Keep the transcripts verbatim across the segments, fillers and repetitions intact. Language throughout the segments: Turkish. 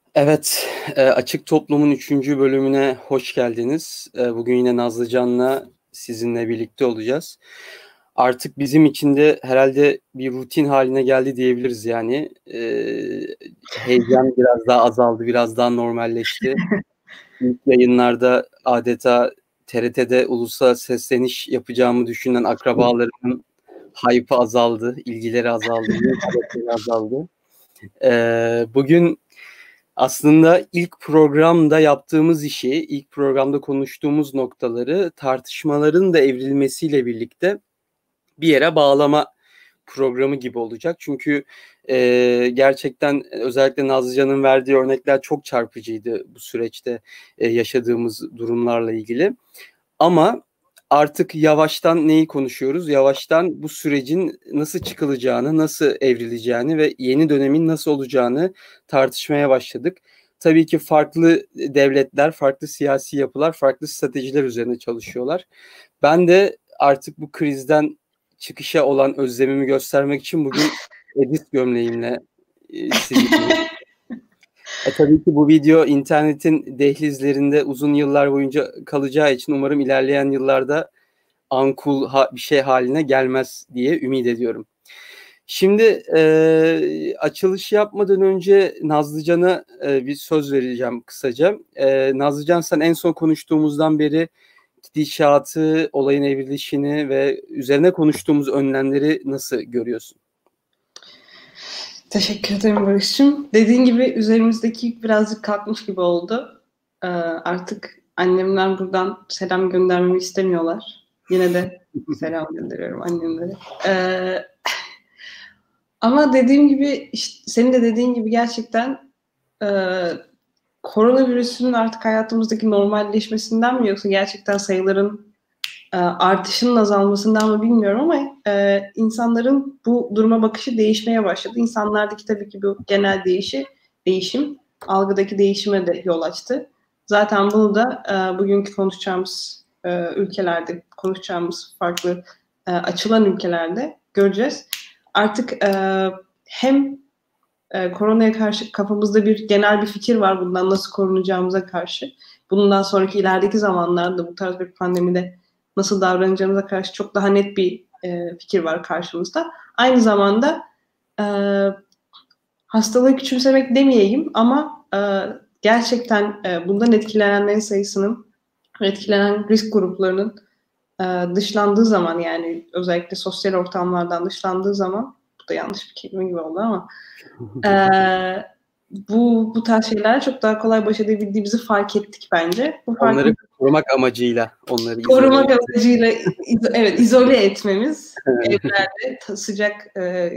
Evet, e, Açık Toplum'un üçüncü bölümüne hoş geldiniz. E, bugün yine Nazlıcan'la sizinle birlikte olacağız. Artık bizim için de herhalde bir rutin haline geldi diyebiliriz yani. E, heyecan biraz daha azaldı, biraz daha normalleşti. İlk yayınlarda adeta T R T'de ulusa sesleniş yapacağımı düşünen akrabalarımın hype'ı azaldı, ilgileri azaldı, ilgileri azaldı. E, bugün Aslında ilk programda yaptığımız işi, ilk programda konuştuğumuz noktaları tartışmaların da evrilmesiyle birlikte bir yere bağlama programı gibi olacak. Çünkü e, gerçekten özellikle Nazlıcan'ın verdiği örnekler çok çarpıcıydı bu süreçte e, yaşadığımız durumlarla ilgili. Ama artık yavaştan neyi konuşuyoruz? Yavaştan bu sürecin nasıl çıkılacağını, nasıl evrileceğini ve yeni dönemin nasıl olacağını tartışmaya başladık. Tabii ki farklı devletler, farklı siyasi yapılar, farklı stratejiler üzerine çalışıyorlar. Ben de artık bu krizden çıkışa olan özlemimi göstermek için bugün Edis gömleğimle e, sizinle. E tabii ki bu video internetin dehlizlerinde uzun yıllar boyunca kalacağı için umarım ilerleyen yıllarda ankul ha- bir şey haline gelmez diye ümit ediyorum. Şimdi e, açılış yapmadan önce Nazlıcan'a e, bir söz vereceğim kısaca. E, Nazlıcan, sen en son konuştuğumuzdan beri gidişatı, olayın evrilişini ve üzerine konuştuğumuz önlemleri nasıl görüyorsun? Teşekkür ederim Barış'cığım. Dediğin gibi üzerimizdeki yük birazcık kalkmış gibi oldu. Ee, artık annemler buradan selam göndermemi istemiyorlar. Yine de selam gönderiyorum annemlere. Ee, ama dediğim gibi, işte senin de dediğin gibi gerçekten e, koronavirüsünün artık hayatımızdaki normalleşmesinden mi yoksa gerçekten sayıların e, artışının azalmasından mı bilmiyorum ama e, insanların bu duruma bakışı değişmeye başladı. İnsanlardaki tabii ki bu genel değişi, değişim, algıdaki değişime de yol açtı. Zaten bunu da e, bugünkü konuşacağımız e, ülkelerde, konuşacağımız farklı e, açılan ülkelerde göreceğiz. Artık e, hem e, koronaya karşı kafamızda bir genel bir fikir var bundan nasıl korunacağımıza karşı. Bundan sonraki ilerideki zamanlarda bu tarz bir pandemide nasıl davranacağımıza karşı çok daha net bir e, fikir var karşımızda. Aynı zamanda e, hastalığı küçümsemek demeyeyim ama e, gerçekten e, bundan etkilenenlerin sayısının, etkilenen risk gruplarının e, dışlandığı zaman, yani özellikle sosyal ortamlardan dışlandığı zaman, bu da yanlış bir kelime gibi oldu ama e, bu bu tarz şeyler çok daha kolay baş edebildiğimizi fark ettik bence. Bu Onları farkın korumak amacıyla onları izole korumak etmek. amacıyla evet izole etmemiz, evlerde sıcak e,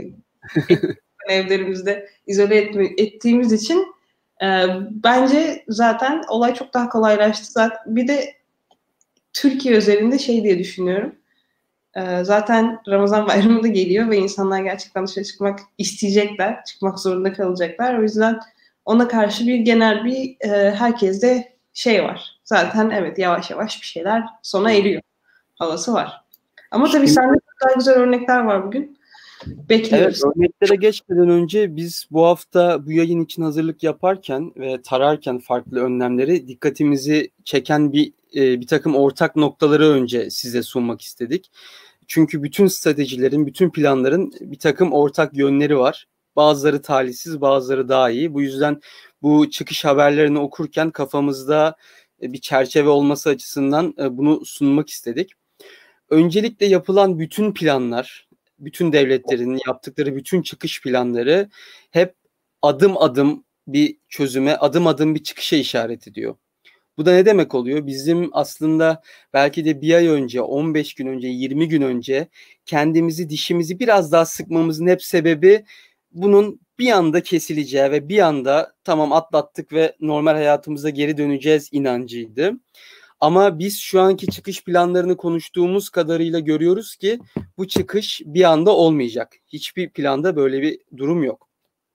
evlerimizde izole etme, ettiğimiz için e, bence zaten olay çok daha kolaylaştı. Zaten bir de Türkiye özelinde şey diye düşünüyorum. E, zaten Ramazan bayramı da geliyor ve insanlar gerçekten dışarı çıkmak isteyecekler, çıkmak zorunda kalacaklar. O yüzden ona karşı bir genel bir e, herkeste şey var. Zaten evet, yavaş yavaş bir şeyler sona eriyor havası var. Ama tabii Şimdi, sende çok daha güzel örnekler var bugün. evet, Bekliyoruz. örneklere geçmeden önce biz bu hafta bu yayın için hazırlık yaparken ve tararken farklı önlemleri dikkatimizi çeken bir e, bir takım ortak noktaları önce size sunmak istedik. Çünkü bütün stratejilerin, bütün planların bir takım ortak yönleri var. Bazıları talihsiz, bazıları daha iyi. Bu yüzden bu çıkış haberlerini okurken kafamızda e, bir çerçeve olması açısından e, bunu sunmak istedik. Öncelikle yapılan bütün planlar, bütün devletlerin yaptıkları bütün çıkış planları hep adım adım bir çözüme, adım adım bir çıkışa işaret ediyor. Bu da ne demek oluyor? Bizim aslında belki de bir ay önce, on beş gün önce, yirmi gün önce kendimizi, dişimizi biraz daha sıkmamızın hep sebebi bunun bir anda kesileceği ve bir anda tamam atlattık ve normal hayatımıza geri döneceğiz inancıydı. Ama biz şu anki çıkış planlarını konuştuğumuz kadarıyla görüyoruz ki bu çıkış bir anda olmayacak. Hiçbir planda böyle bir durum yok.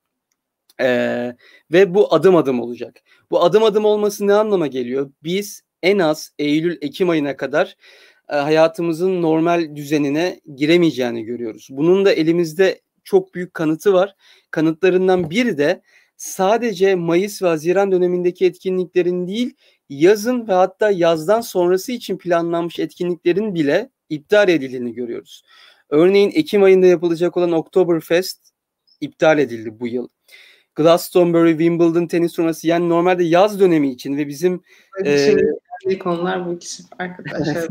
Ee, ve bu adım adım olacak. Bu adım adım olması ne anlama geliyor? Biz en az Eylül-Ekim ayına kadar e, hayatımızın normal düzenine giremeyeceğini görüyoruz. Bunun da elimizde çok büyük kanıtı var. Kanıtlarından biri de sadece Mayıs ve Haziran dönemindeki etkinliklerin değil, yazın ve hatta yazdan sonrası için planlanmış etkinliklerin bile iptal edildiğini görüyoruz. Örneğin Ekim ayında yapılacak olan Oktoberfest iptal edildi bu yıl. Glastonbury, Wimbledon tenis turnuvası, yani normalde yaz dönemi için ve bizim Şimdi e, konular bu ikisi arkadaşlar.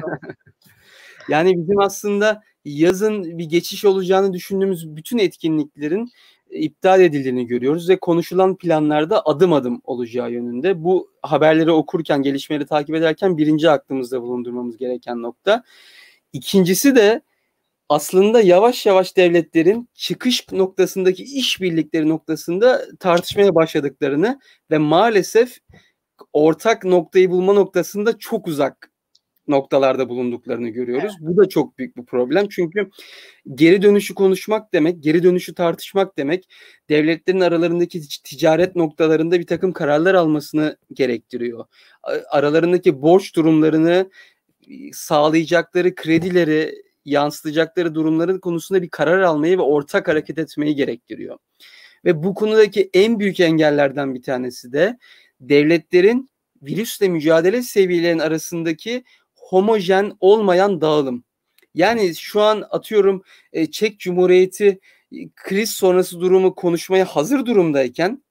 Yani bizim aslında yazın bir geçiş olacağını düşündüğümüz bütün etkinliklerin iptal edildiğini görüyoruz ve konuşulan planlarda adım adım olacağı yönünde. Bu haberleri okurken, gelişmeleri takip ederken birinci aklımızda bulundurmamız gereken nokta. İkincisi de aslında yavaş yavaş devletlerin çıkış noktasındaki işbirlikleri noktasında tartışmaya başladıklarını ve maalesef ortak noktayı bulma noktasında çok uzak noktalarda bulunduklarını görüyoruz. Evet. Bu da çok büyük bir problem. Çünkü geri dönüşü konuşmak demek, geri dönüşü tartışmak demek, devletlerin aralarındaki ticaret noktalarında bir takım kararlar almasını gerektiriyor. Aralarındaki borç durumlarını, sağlayacakları kredileri, yansıtacakları durumların konusunda bir karar almayı ve ortak hareket etmeyi gerektiriyor. Ve bu konudaki en büyük engellerden bir tanesi de devletlerin virüsle mücadele seviyelerinin arasındaki homojen olmayan dağılım. Yani şu an atıyorum Çek Cumhuriyeti kriz sonrası durumu konuşmaya hazır durumdayken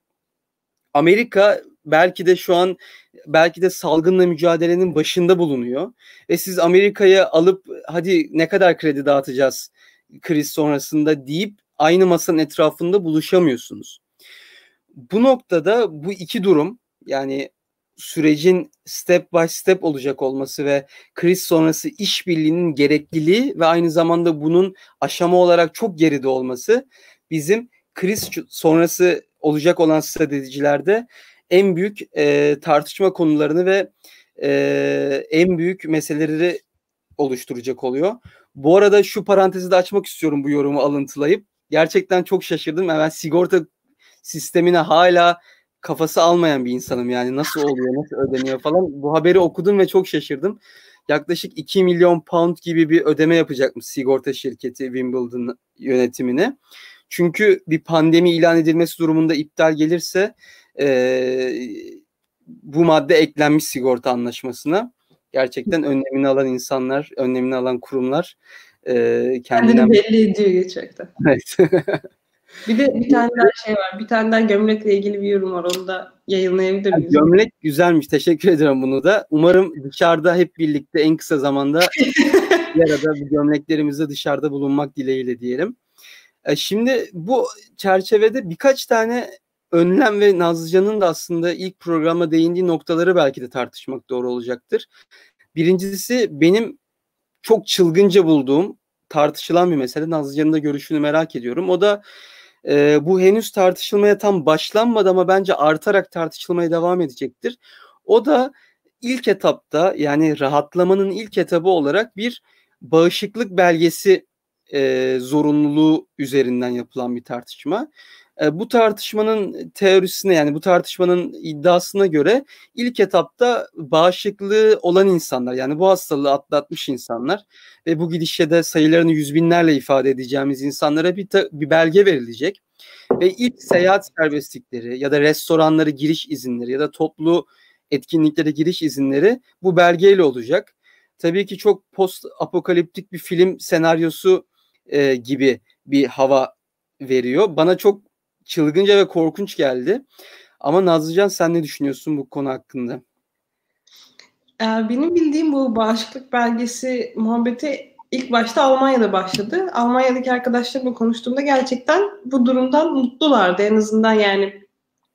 Amerika belki de şu an belki de salgınla mücadelenin başında bulunuyor ve siz Amerika'ya alıp hadi ne kadar kredi dağıtacağız kriz sonrasında deyip aynı masanın etrafında buluşamıyorsunuz. Bu noktada bu iki durum, yani sürecin step by step olacak olması ve kriz sonrası işbirliğinin gerekliliği ve aynı zamanda bunun aşama olarak çok geride olması bizim kriz sonrası olacak olan stratejilerde en büyük e, tartışma konularını ve e, en büyük meseleleri oluşturacak oluyor. Bu arada şu parantezi de açmak istiyorum bu yorumu alıntılayıp. Gerçekten çok şaşırdım. Yani ben sigorta sistemine hala kafası almayan bir insanım, yani nasıl oluyor, nasıl ödeniyor falan. Bu haberi okudum ve çok şaşırdım. Yaklaşık iki milyon pound gibi bir ödeme yapacakmış sigorta şirketi Wimbledon yönetimine. Çünkü bir pandemi ilan edilmesi durumunda iptal gelirse e, bu madde eklenmiş sigorta anlaşmasına. Gerçekten önlemini alan insanlar, önlemini alan kurumlar e, kendinden... Kendini belli ediyor gerçekten. Evet. Bir de bir tane daha şey var. Bir tane daha gömlekle ilgili bir yorum var. Onu da yayınlayabilir miyiz? Yani gömlek güzelmiş. Teşekkür ederim bunu da. Umarım dışarıda hep birlikte en kısa zamanda bir arada bu gömleklerimizle dışarıda bulunmak dileğiyle diyelim. Şimdi bu çerçevede birkaç tane önlem ve Nazlıcan'ın da aslında ilk programa değindiği noktaları belki de tartışmak doğru olacaktır. Birincisi benim çok çılgınca bulduğum, tartışılan bir mesele. Nazlıcan'ın da görüşünü merak ediyorum. O da e, bu henüz tartışılmaya tam başlanmadı ama bence artarak tartışılmaya devam edecektir. O da ilk etapta, yani rahatlamanın ilk etabı olarak bir bağışıklık belgesi e, zorunluluğu üzerinden yapılan bir tartışma. E, bu tartışmanın teorisine, yani bu tartışmanın iddiasına göre ilk etapta bağışıklığı olan insanlar, yani bu hastalığı atlatmış insanlar ve bu gidişle de sayılarını yüz binlerle ifade edeceğimiz insanlara bir, ta, bir belge verilecek. Ve ilk seyahat serbestlikleri ya da restoranlara giriş izinleri ya da toplu etkinliklere giriş izinleri bu belgeyle olacak. Tabii ki çok post apokaliptik bir film senaryosu e, gibi bir hava veriyor. Bana çok çılgınca ve korkunç geldi. Ama Nazlıcan, sen ne düşünüyorsun bu konu hakkında? Benim bildiğim bu bağışıklık belgesi muhabbeti ilk başta Almanya'da başladı. Almanya'daki arkadaşlarımla konuştuğumda gerçekten bu durumdan mutlulardı. En azından yani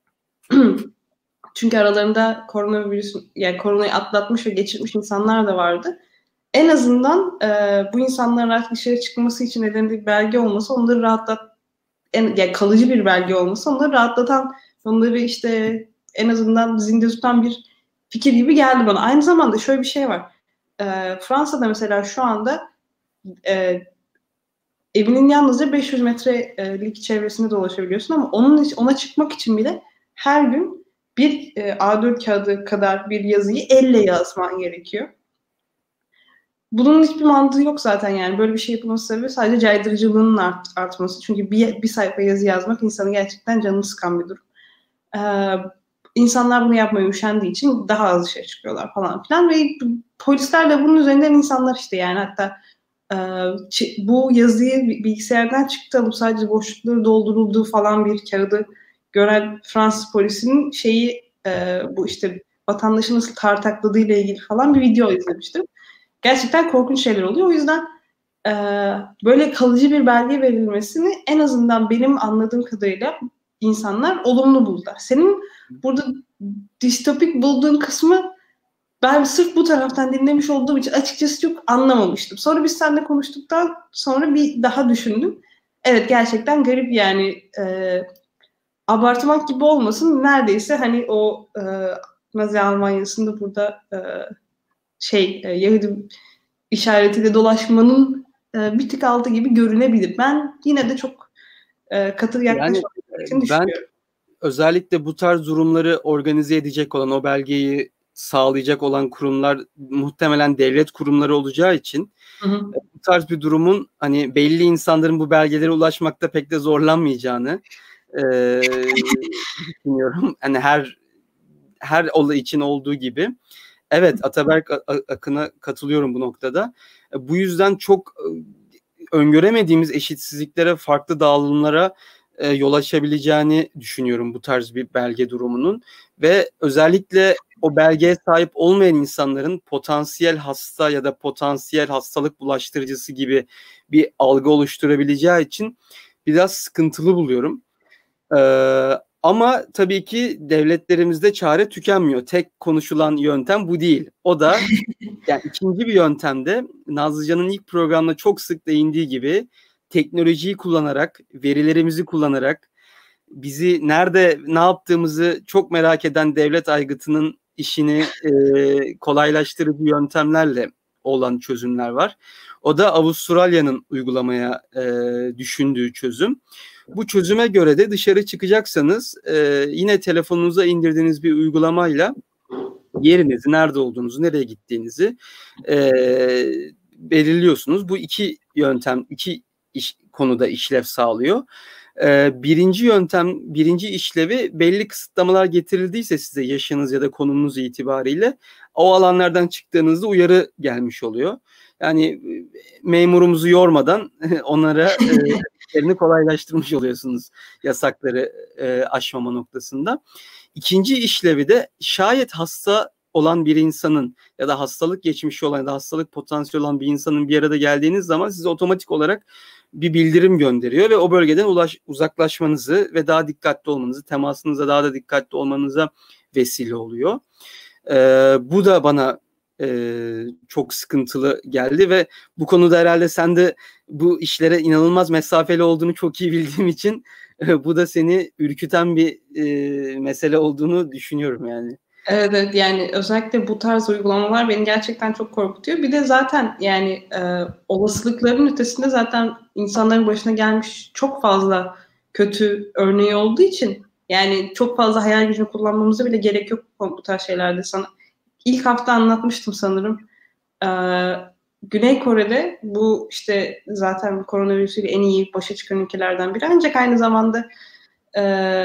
çünkü aralarında koronavirüs, yani koronayı atlatmış ve geçirmiş insanlar da vardı. En azından e, bu insanların artık dışarı çıkması için ellerinde bir belge olması, onları rahatlat, en, yani kalıcı bir belge olması onları rahatlatan, onları işte en azından zinde tutan bir fikir gibi geldi bana. Aynı zamanda şöyle bir şey var. E, Fransa'da mesela şu anda e, evinin yalnızca beş yüz metrelik çevresinde dolaşabiliyorsun ama onun ona çıkmak için bile her gün bir e, A dört kağıdı kadar bir yazıyı elle yazman gerekiyor. Bunun hiçbir mantığı yok zaten, yani böyle bir şey yapılması sebebi sadece caydırıcılığının art, artması. Çünkü bir, bir sayfa yazı yazmak insanı gerçekten canını sıkan bir durum. e, insanlar bunu yapmaya üşendiği için daha az dışarı çıkıyorlar falan filan ve polisler de bunun üzerinden insanlar işte yani hatta e, bu yazıyı bilgisayardan çıktı bu sadece boşlukları doldurulduğu falan bir kağıdı gören Fransız polisinin şeyi e, bu işte vatandaşı nasıl tartakladığı ile ilgili falan bir video izlemiştim. Gerçekten korkunç şeyler oluyor. O yüzden e, böyle kalıcı bir belge verilmesini en azından benim anladığım kadarıyla insanlar olumlu buldular. Senin burada distopik bulduğun kısmı ben sırf bu taraftan dinlemiş olduğum için açıkçası çok anlamamıştım. Sonra biz seninle konuştuktan sonra bir daha düşündüm. Evet gerçekten garip yani e, abartmak gibi olmasın neredeyse hani o e, Nazi Almanya'sında burada e, şey e, Yahudi işaretiyle dolaşmanın e, bir tık altı gibi görünebilir. Ben yine de çok e, katı yaklaşmak Yani için ben düşünüyorum. özellikle bu tarz durumları organize edecek olan, o belgeyi sağlayacak olan kurumlar muhtemelen devlet kurumları olacağı için Hı hı. bu tarz bir durumun hani belli insanların bu belgelere ulaşmakta pek de zorlanmayacağını e, düşünüyorum. Hani her her olay için olduğu gibi. Evet, Ataberk Akın'a katılıyorum bu noktada. Bu yüzden çok öngöremediğimiz eşitsizliklere, farklı dağılımlara e, yol açabileceğini düşünüyorum bu tarz bir belge durumunun. Ve özellikle o belgeye sahip olmayan insanların potansiyel hasta ya da potansiyel hastalık bulaştırıcısı gibi bir algı oluşturabileceği için biraz sıkıntılı buluyorum. Ee, ama tabii ki devletlerimizde çare tükenmiyor. Tek konuşulan yöntem bu değil. O da yani ikinci bir yöntemde Nazlıcan'ın ilk programda çok sık değindiği gibi teknolojiyi kullanarak, verilerimizi kullanarak bizi nerede ne yaptığımızı çok merak eden devlet aygıtının işini e, kolaylaştırıcı yöntemlerle olan çözümler var. O da Avustralya'nın uygulamaya e, düşündüğü çözüm. Bu çözüme göre de dışarı çıkacaksanız e, yine telefonunuza indirdiğiniz bir uygulamayla yerinizi, nerede olduğunuzu, nereye gittiğinizi e, belirliyorsunuz. Bu iki yöntem, iki iş, konuda işlev sağlıyor. E, birinci yöntem, birinci işlevi belli kısıtlamalar getirildiyse size yaşınız ya da konumunuz itibariyle o alanlardan çıktığınızda uyarı gelmiş oluyor. Yani memurumuzu yormadan onlara e, işlerini kolaylaştırmış oluyorsunuz yasakları e, aşmama noktasında. İkinci işlevi de şayet hasta olan bir insanın ya da hastalık geçmişi olan ya da hastalık potansiyeli olan bir insanın bir arada geldiğiniz zaman size otomatik olarak bir bildirim gönderiyor ve o bölgeden ulaş, uzaklaşmanızı ve daha dikkatli olmanızı, temasınıza daha da dikkatli olmanıza vesile oluyor. Ee, bu da bana e, çok sıkıntılı geldi ve bu konuda herhalde sen de bu işlere inanılmaz mesafeli olduğunu çok iyi bildiğim için e, bu da seni ürküten bir e, mesele olduğunu düşünüyorum yani. Evet, evet yani özellikle bu tarz uygulamalar beni gerçekten çok korkutuyor. Bir de zaten yani e, olasılıkların ötesinde zaten insanların başına gelmiş çok fazla kötü örneği olduğu için yani çok fazla hayal gücünü kullanmamıza bile gerek yok bu tarz şeylerde. Sana ilk hafta anlatmıştım sanırım. E, Güney Kore'de bu işte zaten koronavirüsüyle en iyi başa çıkan ülkelerden biri ancak aynı zamanda e,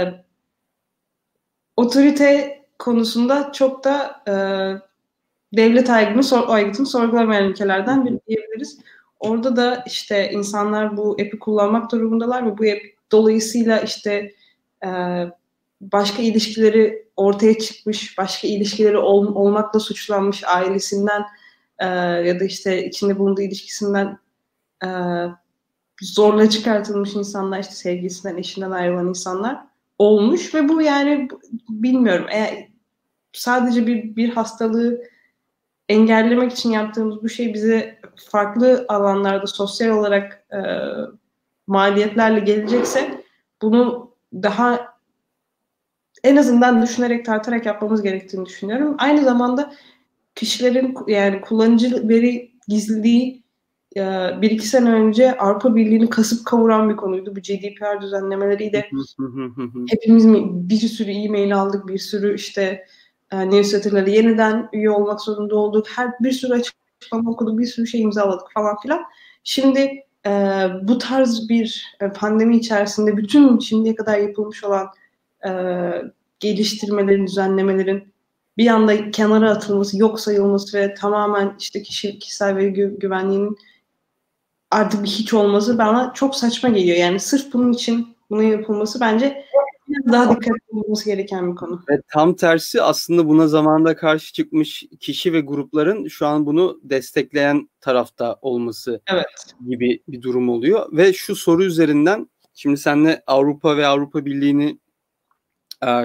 otorite konusunda çok da e, devlet aygıtını, sor, aygıtını sorgulamayan ülkelerden biri diyebiliriz. Orada da işte insanlar bu app'i kullanmak durumundalar ve bu app dolayısıyla işte e, başka ilişkileri ortaya çıkmış, başka ilişkileri ol, olmakla suçlanmış ailesinden e, ya da işte içinde bulunduğu ilişkisinden e, zorla çıkartılmış insanlar, işte sevgilisinden, eşinden ayrılan insanlar olmuş ve bu yani bilmiyorum eğer sadece bir bir hastalığı engellemek için yaptığımız bu şey bize farklı alanlarda sosyal olarak e, maliyetlerle gelecekse bunu daha en azından düşünerek tartarak yapmamız gerektiğini düşünüyorum. Aynı zamanda kişilerin yani kullanıcı veri gizliliği e, bir iki sene önce Avrupa Birliği'ni kasıp kavuran bir konuydu. Bu G D P R düzenlemeleriyle hepimiz bir sürü e-mail aldık, bir sürü işte e, newsletter'ları yeniden üye olmak zorunda olduk. Her bir sürü açıklama okuduk, bir sürü şey imzaladık falan filan. Şimdi e, bu tarz bir e, pandemi içerisinde bütün şimdiye kadar yapılmış olan e, geliştirmelerin, düzenlemelerin bir anda kenara atılması, yok sayılması ve tamamen işte kişi, kişisel veri gü- güvenliğinin artık bir hiç olması bana çok saçma geliyor. Yani sırf bunun için bunun yapılması bence daha dikkatli olması gereken bir konu. Ve tam tersi aslında buna zamanında karşı çıkmış kişi ve grupların şu an bunu destekleyen tarafta olması evet. gibi bir durum oluyor. Ve şu soru üzerinden şimdi seninle Avrupa ve Avrupa Birliği'ni e,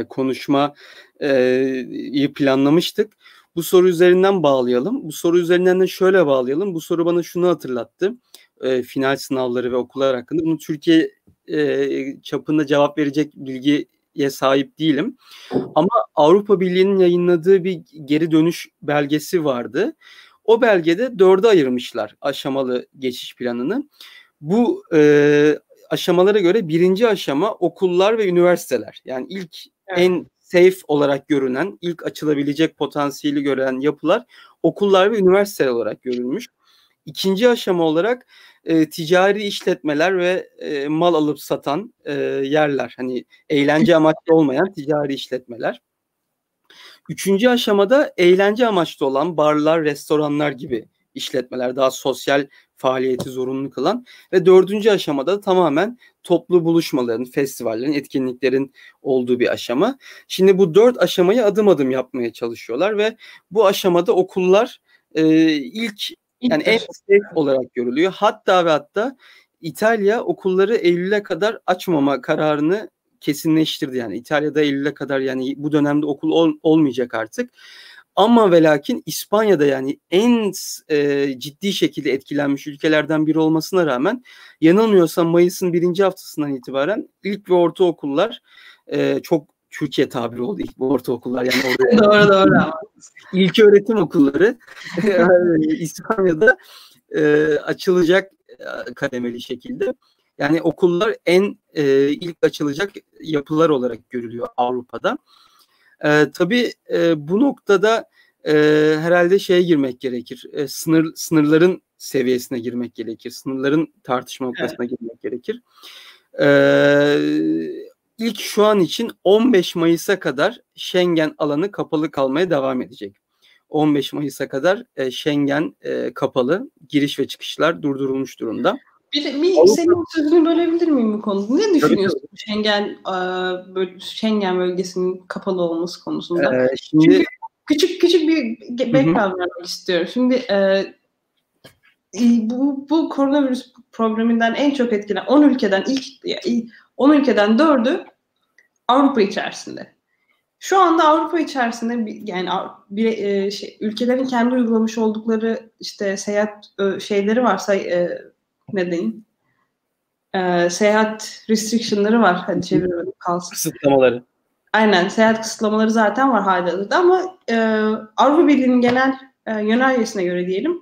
konuşmayı planlamıştık. Bu soru üzerinden bağlayalım. Bu soru üzerinden de şöyle bağlayalım. Bu soru bana şunu hatırlattı. E, final sınavları ve okullar hakkında. Bunu Türkiye e, çapında cevap verecek bilgiye sahip değilim. Ama Avrupa Birliği'nin yayınladığı bir geri dönüş belgesi vardı. O belgede dörde ayırmışlar aşamalı geçiş planını. Bu e, aşamalara göre birinci aşama okullar ve üniversiteler. Yani ilk evet. en safe olarak görünen, ilk açılabilecek potansiyeli gören yapılar okullar ve üniversiteler olarak görülmüş. İkinci aşama olarak e, ticari işletmeler ve e, mal alıp satan e, yerler. Hani eğlence amaçlı olmayan ticari işletmeler. Üçüncü aşamada eğlence amaçlı olan barlar, restoranlar gibi işletmeler, daha sosyal faaliyeti zorunlu kılan ve dördüncü aşamada tamamen toplu buluşmaların, festivallerin, etkinliklerin olduğu bir aşama. Şimdi bu dört aşamayı adım adım yapmaya çalışıyorlar ve bu aşamada okullar e, ilk yani en safe olarak görülüyor. Hatta ve hatta İtalya okulları Eylül'e kadar açmama kararını kesinleştirdi. Yani İtalya'da Eylül'e kadar yani bu dönemde okul ol, olmayacak artık. Ama ve lakin İspanya'da yani en e, ciddi şekilde etkilenmiş ülkelerden biri olmasına rağmen yanılmıyorsam Mayıs'ın birinci haftasından itibaren ilk ve ortaokullar e, çok Türkiye tabiri oldu ilk ve ortaokullar yani orada doğru doğru. İlk öğretim okulları İspanya'da e, açılacak e, kademeli şekilde. Yani okullar en e, ilk açılacak yapılar olarak görülüyor Avrupa'da. E, tabii e, bu noktada e, herhalde şeye girmek gerekir. E, sınır sınırların seviyesine girmek gerekir. Sınırların tartışma noktasına evet. girmek gerekir. E, ilk şu an için on beş Mayıs'a kadar Schengen alanı kapalı kalmaya devam edecek. on beş Mayıs'a kadar e, Schengen e, kapalı. Giriş ve çıkışlar durdurulmuş durumda. Bir, bir Avrupa... senin sözünü bölebilir miyim bu konuda? Ne düşünüyorsun tabii, tabii. Schengen böyle Schengen bölgesinin kapalı olması konusunda? Ee, şimdi... Çünkü küçük küçük bir background vermek istiyorum. Şimdi e, bu bu koronavirüs probleminden en çok etkilenen on ülkeden ilk on ülkeden dördü Avrupa içerisinde. Şu anda Avrupa içerisinde yani bir e, şey, ülkelerin kendi uygulamış oldukları işte seyahat e, şeyleri varsa e, ne diyeyim? Ee, seyahat restriction'ları var. Hadi çevirelim kalsın. Kısıtlamaları. Aynen. Seyahat kısıtlamaları zaten var halihazırda ama e, Avrupa Birliği'nin genel e, yönergesine göre diyelim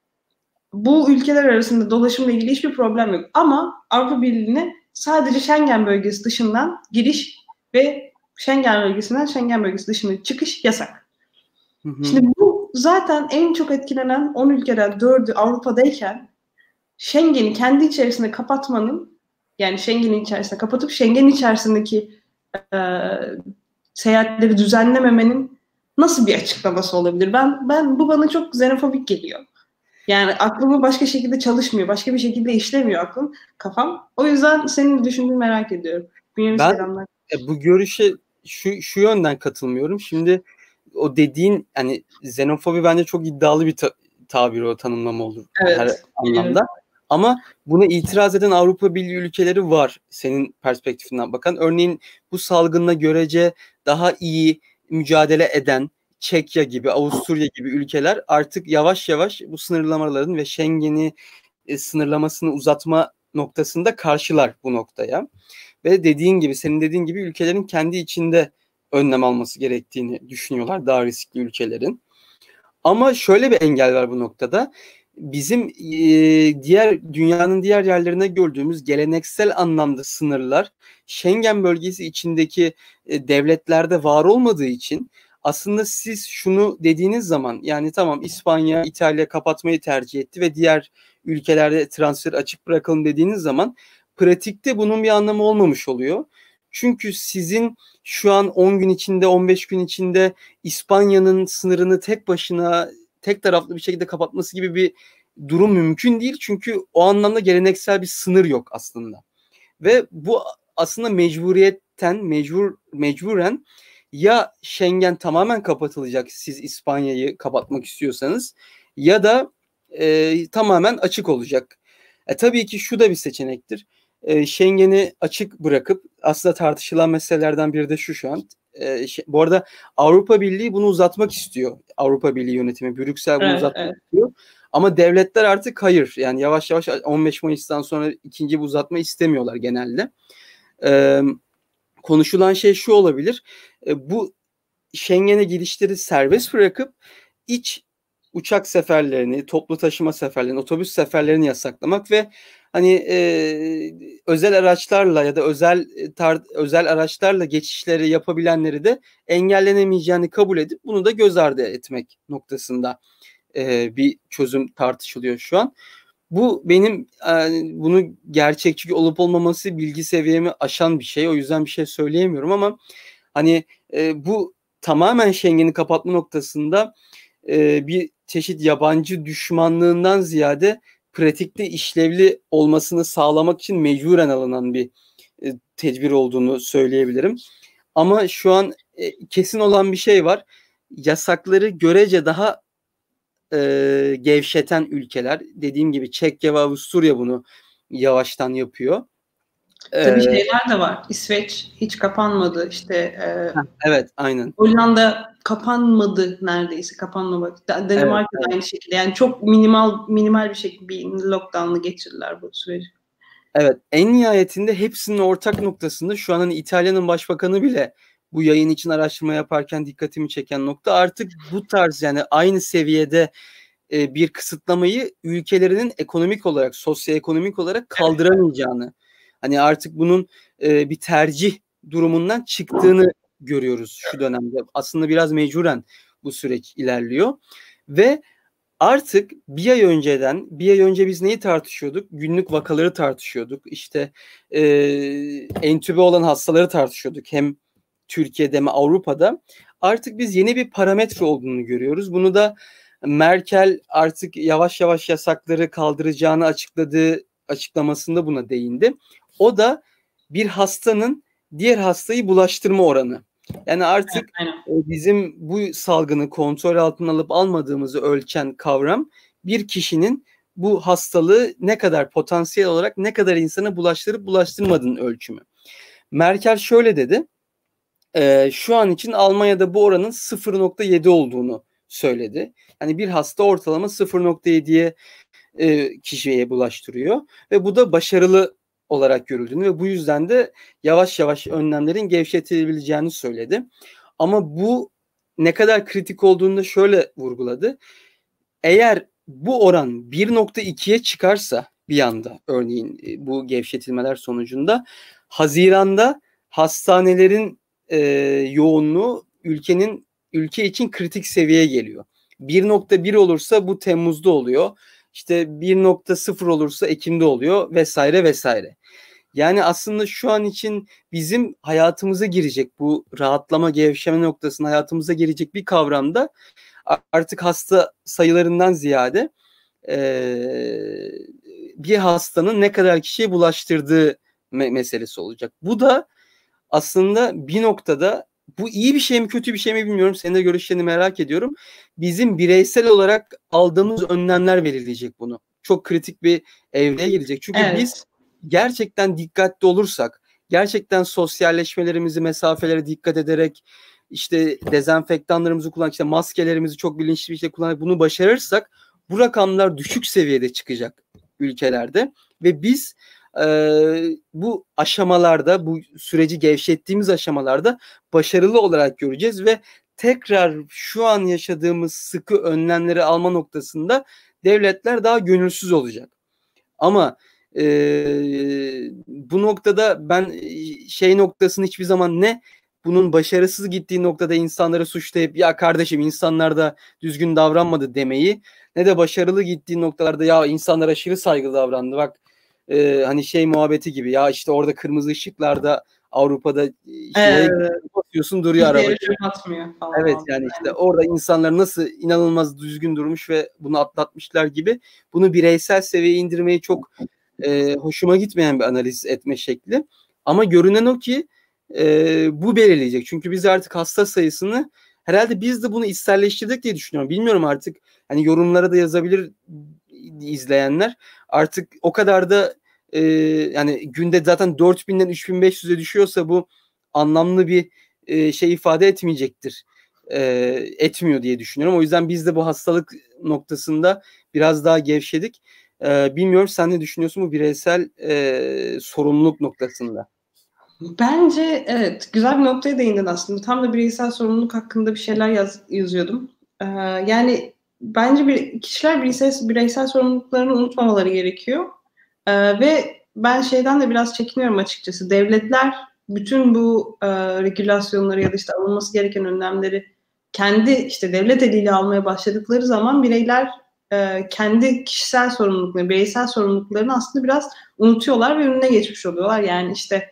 bu ülkeler arasında dolaşımla ilgili hiçbir problem yok. Ama Avrupa Birliği'ne sadece Schengen bölgesi dışından giriş ve Schengen bölgesinden Schengen bölgesi dışına çıkış yasak. Hı hı. Şimdi bu zaten en çok etkilenen on ülkeden dördü Avrupa'dayken Schengen'i kendi içerisinde kapatmanın yani Schengen'in içerisinde kapatıp Schengen içerisindeki e, seyahatleri düzenlememenin nasıl bir açıklaması olabilir? Ben ben bu bana çok xenofobik geliyor. Yani aklımı başka şekilde çalışmıyor. Başka bir şekilde işlemiyor aklım, kafam. O yüzden senin düşündüğünü merak ediyorum. Ben selamlar. bu görüşe şu şu yönden katılmıyorum. Şimdi o dediğin hani xenofobi bence çok iddialı bir ta- tabir o tanımlama olur evet, her anlamda. Evet. Ama buna itiraz eden Avrupa Birliği ülkeleri var senin perspektifinden bakan. Örneğin bu salgınla görece daha iyi mücadele eden Çekya gibi, Avusturya gibi ülkeler artık yavaş yavaş bu sınırlamaların ve Schengen'i e, sınırlamasını uzatma noktasında karşılar bu noktaya. Ve dediğin gibi, senin dediğin gibi ülkelerin kendi içinde önlem alması gerektiğini düşünüyorlar, daha riskli ülkelerin. Ama şöyle bir engel var bu noktada. Bizim e, diğer dünyanın diğer yerlerine gördüğümüz geleneksel anlamda sınırlar Schengen bölgesi içindeki e, devletlerde var olmadığı için aslında siz şunu dediğiniz zaman yani tamam İspanya, İtalya kapatmayı tercih etti ve diğer ülkelerde transfer açık bırakalım dediğiniz zaman pratikte bunun bir anlamı olmamış oluyor. Çünkü sizin şu an on gün içinde, on beş gün içinde İspanya'nın sınırını tek başına, tek taraflı bir şekilde kapatması gibi bir durum mümkün değil. Çünkü o anlamda geleneksel bir sınır yok aslında. Ve bu aslında mecburiyetten, mecbur mecburen ya Schengen tamamen kapatılacak siz İspanya'yı kapatmak istiyorsanız, ya da e, tamamen açık olacak. E, tabii ki şu da bir seçenektir. E, Schengen'i açık bırakıp, aslında tartışılan meselelerden biri de şu şu an. E, şey, bu arada Avrupa Birliği bunu uzatmak istiyor. Avrupa Birliği yönetimi, Brüksel bunu Evet, uzatmak evet. istiyor. Ama devletler artık hayır. Yani yavaş yavaş on beş Mayıs'tan sonra ikinci bir uzatma istemiyorlar genelde. Ee, konuşulan şey şu olabilir. Ee, bu Schengen'e girişleri serbest bırakıp iç uçak seferlerini, toplu taşıma seferlerini, otobüs seferlerini yasaklamak ve hani e, özel araçlarla ya da özel tar- özel araçlarla geçişleri yapabilenleri de engellenemeyeceğini kabul edip bunu da göz ardı etmek noktasında e, bir çözüm tartışılıyor şu an. Bu benim yani bunu gerçekçi olup olmaması bilgi seviyemi aşan bir şey. O yüzden bir şey söyleyemiyorum ama hani e, bu tamamen Schengen'i kapatma noktasında e, bir çeşit yabancı düşmanlığından ziyade pratikte işlevli olmasını sağlamak için mecburen alınan bir e, tedbir olduğunu söyleyebilirim. Ama şu an e, kesin olan bir şey var. Yasakları görece daha e, gevşeten ülkeler, dediğim gibi Çekya ve Avusturya bunu yavaştan yapıyor. Tabii Ee, şeyler de var. İsveç hiç kapanmadı. İşte e, evet, aynen. Hollanda kapanmadı neredeyse. Kapanmamak. Evet, Danimarka da evet. aynı şekilde. Yani çok minimal minimal bir şekilde bir lockdown'ı geçirdiler bu süreci. Evet, en nihayetinde hepsinin ortak noktasında şu an hani İtalya'nın başbakanı bile bu yayın için araştırma yaparken dikkatimi çeken nokta, artık bu tarz yani aynı seviyede e, bir kısıtlamayı ülkelerinin ekonomik olarak, sosyoekonomik olarak kaldıramayacağını, hani artık bunun e, bir tercih durumundan çıktığını görüyoruz şu dönemde. Aslında biraz mecburen bu süreç ilerliyor ve artık bir ay önceden, bir ay önce biz neyi tartışıyorduk? Günlük vakaları tartışıyorduk. İşte e, entübe olan hastaları tartışıyorduk. Hem Türkiye'de hem Avrupa'da. Artık biz yeni bir parametre olduğunu görüyoruz. Bunu da Merkel artık yavaş yavaş yasakları kaldıracağını açıkladığı açıklamasında buna değindi. O da bir hastanın diğer hastayı bulaştırma oranı. Yani artık bizim bu salgını kontrol altına alıp almadığımızı ölçen kavram, bir kişinin bu hastalığı ne kadar potansiyel olarak ne kadar insana bulaştırıp bulaştırmadığının ölçümü. Merkel şöyle dedi. E, şu an için Almanya'da bu oranın sıfır nokta yedi olduğunu söyledi. Yani bir hasta ortalama sıfır nokta yediye e, kişiye bulaştırıyor ve bu da başarılı olarak görüldüğünü ve bu yüzden de yavaş yavaş önlemlerin gevşetilebileceğini söyledi. Ama bu ne kadar kritik olduğunu da şöyle vurguladı. Eğer bu oran bir nokta ikiye çıkarsa bir anda, örneğin bu gevşetilmeler sonucunda, Haziran'da hastanelerin e, yoğunluğu ülkenin ülke için kritik seviyeye geliyor. bir nokta bir olursa bu Temmuz'da oluyor. İşte bir nokta sıfır olursa Ekim'de oluyor vesaire vesaire. Yani aslında şu an için bizim hayatımıza girecek, bu rahatlama, gevşeme noktasına hayatımıza girecek bir kavramda artık hasta sayılarından ziyade e, bir hastanın ne kadar kişiye bulaştırdığı me- meselesi olacak. Bu da aslında bir noktada, bu iyi bir şey mi kötü bir şey mi bilmiyorum. Senin de görüşlerini merak ediyorum. Bizim bireysel olarak aldığımız önlemler belirleyecek bunu. Çok kritik bir evreye girecek. Çünkü Evet. biz gerçekten dikkatli olursak, gerçekten sosyalleşmelerimizi, mesafelere dikkat ederek, işte dezenfektanlarımızı kullanarak, işte maskelerimizi çok bilinçli bir şekilde kullanarak bunu başarırsak, bu rakamlar düşük seviyede çıkacak ülkelerde ve biz e, bu aşamalarda, bu süreci gevşettiğimiz aşamalarda başarılı olarak göreceğiz ve tekrar şu an yaşadığımız sıkı önlemleri alma noktasında devletler daha gönülsüz olacak. Ama e, bu noktada ben şey noktasını hiçbir zaman, ne bunun başarısız gittiği noktada insanları suçlayıp ya kardeşim insanlar da düzgün davranmadı demeyi, ne de başarılı gittiği noktalarda ya insanlar aşırı saygılı davrandı, bak e, hani şey muhabbeti gibi, ya işte orada kırmızı ışıklarda Avrupa'da işte Evet. basıyorsun duruyor araba. Falan evet yani işte aynen. Orada insanlar nasıl inanılmaz düzgün durmuş ve bunu atlatmışlar gibi, bunu bireysel seviyeye indirmeyi çok e, hoşuma gitmeyen bir analiz etme şekli. Ama görünen o ki e, bu belirleyecek. Çünkü biz artık hasta sayısını, herhalde biz de bunu içselleştirdik diye düşünüyorum. Bilmiyorum artık, hani yorumlara da yazabilir izleyenler. Artık o kadar da e, yani günde zaten dört binden üç bin beş yüze düşüyorsa bu anlamlı bir e, şey ifade etmeyecektir. E, etmiyor diye düşünüyorum. O yüzden biz de bu hastalık noktasında biraz daha gevşedik. E, bilmiyorum, sen ne düşünüyorsun bu bireysel e, sorumluluk noktasında? Bence evet, güzel bir noktaya değindin aslında. Tam da bireysel sorumluluk hakkında bir şeyler yaz, yazıyordum. Ee, yani bence bir, kişiler bireysel, bireysel sorumluluklarını unutmamaları gerekiyor. Ee, ve ben şeyden de biraz çekiniyorum açıkçası. Devletler bütün bu e, regülasyonları ya da işte alınması gereken önlemleri kendi işte devlet eliyle almaya başladıkları zaman bireyler e, kendi kişisel sorumluluklarını, bireysel sorumluluklarını aslında biraz unutuyorlar ve önüne geçmiş oluyorlar. Yani işte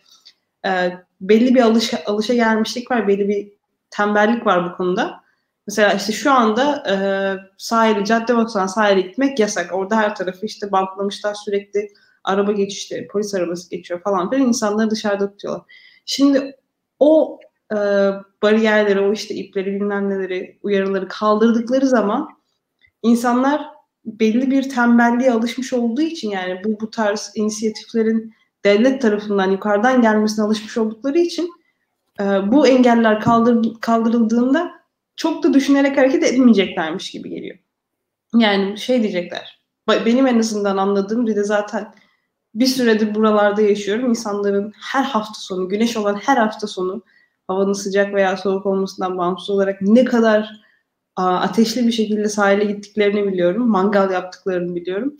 e, belli bir alışa, alışa gelmişlik var, belli bir tembellik var bu konuda. Mesela işte şu anda e, sahili, cadde baksan sahile gitmek yasak. Orada her tarafı işte bantlamışlar, sürekli araba geçişleri, polis arabası geçiyor falan filan. İnsanları dışarıda tutuyorlar. Şimdi o e, bariyerleri, o işte ipleri, bilmem neleri, uyarıları kaldırdıkları zaman insanlar belli bir tembelliğe alışmış olduğu için, yani bu bu tarz inisiyatiflerin devlet tarafından yukarıdan gelmesine alışmış oldukları için e, bu engeller kaldır, kaldırıldığında çok da düşünerek hareket etmeyeceklermiş gibi geliyor. Yani şey diyecekler. Benim en azından anladığım, bir de zaten bir süredir buralarda yaşıyorum. İnsanların her hafta sonu, güneş olan her hafta sonu, havanın sıcak veya soğuk olmasından bağımsız olarak ne kadar a, ateşli bir şekilde sahile gittiklerini biliyorum. Mangal yaptıklarını biliyorum.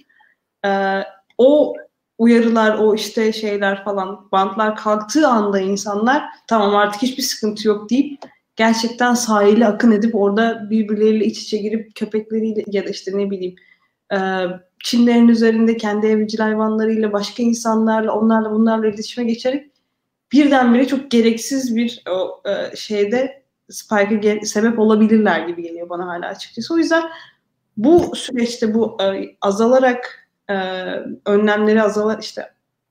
Ee, o uyarılar, o işte şeyler falan, bantlar kalktığı anda insanlar tamam artık hiçbir sıkıntı yok deyip gerçekten sahile akın edip orada birbirleriyle iç içe girip köpekleriyle ya da işte ne bileyim e, çimlerin üzerinde kendi evcil hayvanlarıyla, başka insanlarla, onlarla bunlarla iletişime geçerek birdenbire çok gereksiz bir o, e, şeyde spike'a ge- sebep olabilirler gibi geliyor bana hala açıkçası. O yüzden bu süreçte bu e, azalarak e, önlemleri azalar işte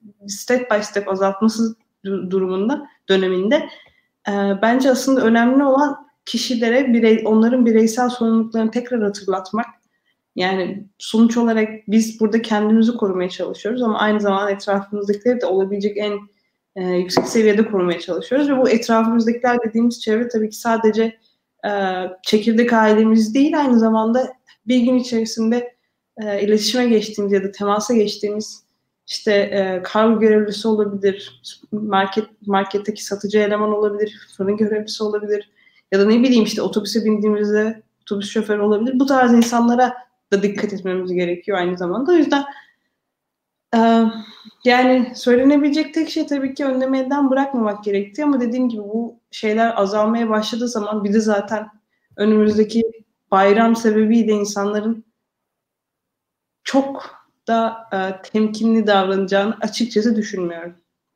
step by step azaltması durumunda, döneminde e, bence aslında önemli olan kişilere birey, onların bireysel sorumluluklarını tekrar hatırlatmak. Yani sonuç olarak biz burada kendimizi korumaya çalışıyoruz ama aynı zamanda etrafımızdakileri de olabilecek en e, yüksek seviyede korumaya çalışıyoruz ve bu etrafımızdakiler dediğimiz çevre tabii ki sadece e, çekirdek ailemiz değil, aynı zamanda bir gün içerisinde e, iletişime geçtiğimiz ya da temasa geçtiğimiz işte e, kargo görevlisi olabilir, market marketteki satıcı eleman olabilir, fırın görevlisi olabilir ya da ne bileyim işte otobüse bindiğimizde otobüs şoförü olabilir. Bu tarz insanlara da dikkat etmemiz gerekiyor aynı zamanda. O yüzden e, yani söylenebilecek tek şey tabii ki önlemi elden bırakmamak gerektiği, ama dediğim gibi bu şeyler azalmaya başladığı zaman bir de zaten önümüzdeki bayram sebebiyle insanların çok da e, temkinli davranacağını açıkçası düşünmüyorum.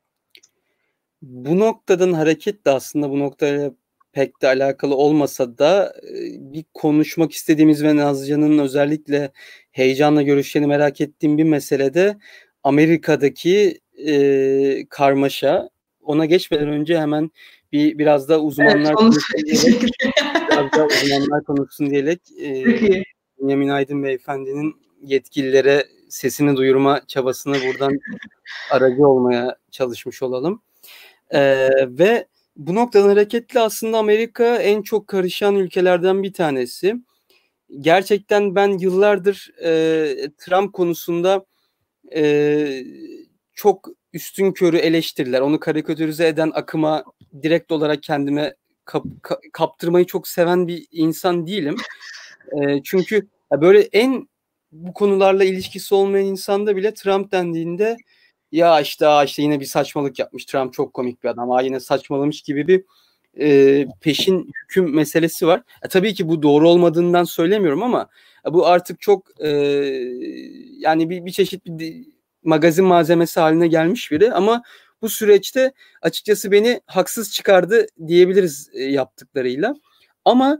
Bu noktadan hareketle aslında bu noktayla pek de alakalı olmasa da bir konuşmak istediğimiz ve Nazlıcan'ın özellikle heyecanla görüşlerini merak ettiğim bir meselede Amerika'daki e, karmaşa. Ona geçmeden önce hemen bir biraz da uzmanlar evet, konuşsun diyerek, biraz da uzmanlar konuşsun diyerek e, Bünyamin Aydın Beyefendinin yetkililere sesini duyurma çabasını buradan aracı olmaya çalışmış olalım. Ee, ve bu noktadan hareketle aslında Amerika en çok karışan ülkelerden bir tanesi. Gerçekten ben yıllardır e, Trump konusunda e, çok üstünkörü eleştiriler, onu karikatürize eden akıma direkt olarak kendime kap, ka, kaptırmayı çok seven bir insan değilim. E, çünkü böyle en bu konularla ilişkisi olmayan insanda bile Trump dendiğinde ya işte aa işte yine bir saçmalık yapmış, Trump çok komik bir adam, aa yine saçmalamış gibi bir e, peşin hüküm meselesi var. E, tabii ki bu doğru olmadığından söylemiyorum ama e, bu artık çok e, yani bir, bir çeşit bir magazin malzemesi haline gelmiş biri, ama bu süreçte açıkçası beni haksız çıkardı diyebiliriz e, yaptıklarıyla. Ama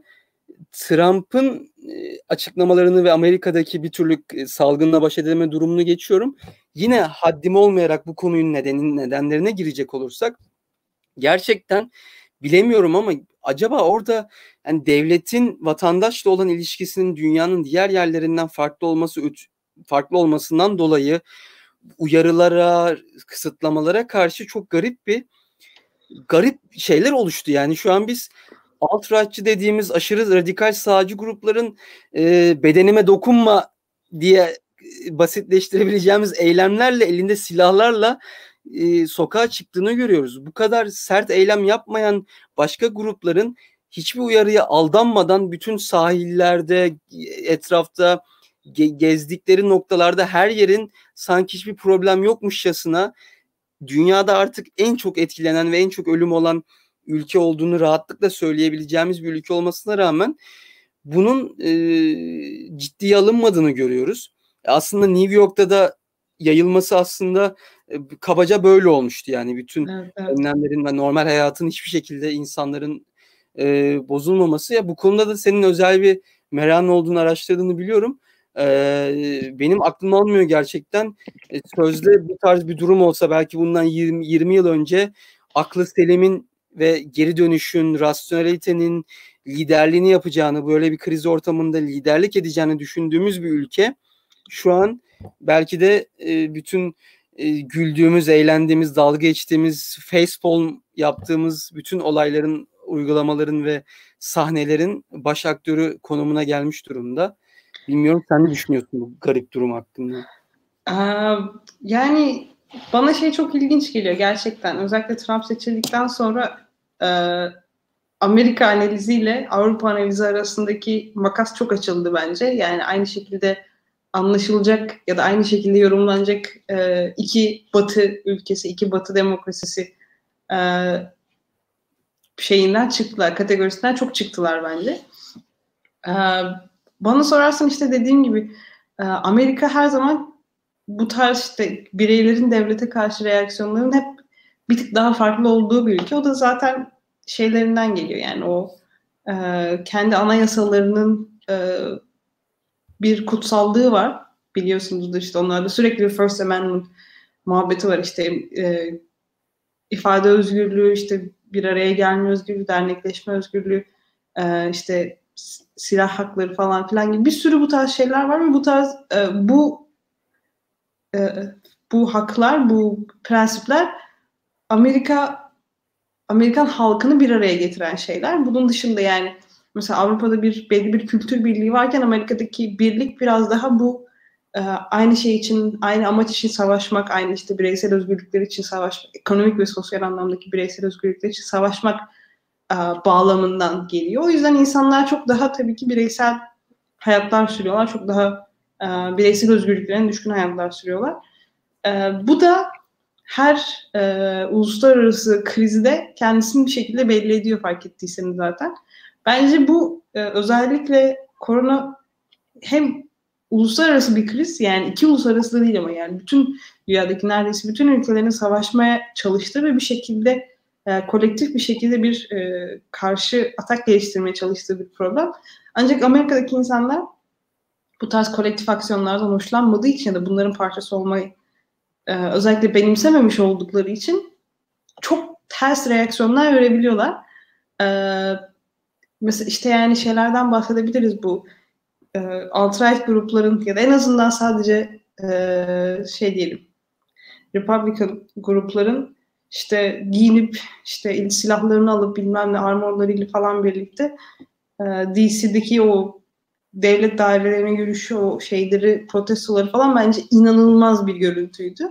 Trump'ın e, açıklamalarını ve Amerika'daki bir türlü e, salgınla baş edeme durumunu geçiyorum. Yine haddim olmayarak bu konunun nedenin nedenlerine girecek olursak gerçekten bilemiyorum ama acaba orada yani devletin vatandaşla olan ilişkisinin dünyanın diğer yerlerinden farklı olması farklı olmasından dolayı uyarılara, kısıtlamalara karşı çok garip bir garip şeyler oluştu. Yani şu an biz alt-rightçı dediğimiz aşırı radikal sağcı grupların e, bedenime dokunma diye basitleştirebileceğimiz eylemlerle, elinde silahlarla e, sokağa çıktığını görüyoruz. Bu kadar sert eylem yapmayan başka grupların hiçbir uyarıya aldanmadan bütün sahillerde, etrafta ge- gezdikleri noktalarda her yerin sanki hiçbir problem yokmuşçasına dünyada artık en çok etkilenen ve en çok ölüm olan ülke olduğunu rahatlıkla söyleyebileceğimiz bir ülke olmasına rağmen bunun e, ciddiye alınmadığını görüyoruz. Aslında New York'ta da yayılması aslında e, kabaca böyle olmuştu. Yani bütün evet, evet. önlemlerin ve normal hayatın hiçbir şekilde insanların e, bozulmaması. Ya bu konuda da senin özel bir merakın olduğunu, araştırdığını biliyorum. Ee, benim aklım almıyor gerçekten. Ee, sözde bu tarz bir durum olsa belki bundan yirmi, yirmi yıl önce aklı selimin ve geri dönüşün, rasyonelitenin liderliğini yapacağını, böyle bir kriz ortamında liderlik edeceğini düşündüğümüz bir ülke şu an belki de e, bütün e, güldüğümüz, eğlendiğimiz, dalga geçtiğimiz, facepalm yaptığımız bütün olayların, uygulamaların ve sahnelerin baş aktörü konumuna gelmiş durumda. Bilmiyorum, sen ne düşünüyorsun bu garip durum hakkında? Ee, yani bana şey çok ilginç geliyor gerçekten. Özellikle Trump seçildikten sonra e, Amerika analiziyle Avrupa analizi arasındaki makas çok açıldı bence. Yani aynı şekilde anlaşılacak ya da aynı şekilde yorumlanacak e, iki Batı ülkesi, iki Batı demokrasisi e, şeyinden çıktılar, kategorisinden çok çıktılar bence. E, bana sorarsan işte dediğim gibi e, Amerika her zaman bu tarz işte bireylerin devlete karşı reaksiyonların hep bir tık daha farklı olduğu bir ülke. O da zaten şeylerinden geliyor. Yani o e, kendi anayasalarının e, bir kutsallığı var. Biliyorsunuzdur işte onlarda sürekli bir First Amendment muhabbeti var. İşte e, ifade özgürlüğü, işte bir araya gelme özgürlüğü, dernekleşme özgürlüğü, e, işte silah hakları falan filan gibi bir sürü bu tarz şeyler var ve bu tarz e, bu e, bu haklar, bu prensipler Amerika Amerikan halkını bir araya getiren şeyler. Bunun dışında yani mesela Avrupa'da bir belli bir kültür birliği varken Amerika'daki birlik biraz daha bu e, aynı şey için, aynı amaç için savaşmak, aynı işte bireysel özgürlükler için savaşmak, ekonomik ve sosyal anlamdaki bireysel özgürlükler için savaşmak e, bağlamından geliyor. O yüzden insanlar çok daha tabii ki bireysel hayatlar sürüyorlar. Çok daha e, bireysel özgürlüklerine düşkün hayatlar sürüyorlar. E, bu da her e, uluslararası krizde kendisini bir şekilde belli ediyor, fark ettiyseniz zaten. Bence bu e, özellikle korona hem uluslararası bir kriz, yani iki uluslararası değil ama yani bütün dünyadaki neredeyse bütün ülkelerin savaşmaya çalıştığı ve bir şekilde e, kolektif bir şekilde bir e, karşı atak geliştirmeye çalıştığı bir problem. Ancak Amerika'daki insanlar bu tarz kolektif aksiyonlardan hoşlanmadığı için ya da bunların parçası olmayı Ee, özellikle benimsememiş oldukları için çok ters reaksiyonlar verebiliyorlar. Ee, mesela işte yani şeylerden bahsedebiliriz bu e, alt-right grupların ya da en azından sadece e, şey diyelim Republican grupların işte giyinip işte silahlarını alıp bilmem ne armorlarıyla falan birlikte e, D C'deki o devlet dairelerine yürüyüşü, o şeyleri, protestoları falan bence inanılmaz bir görüntüydü.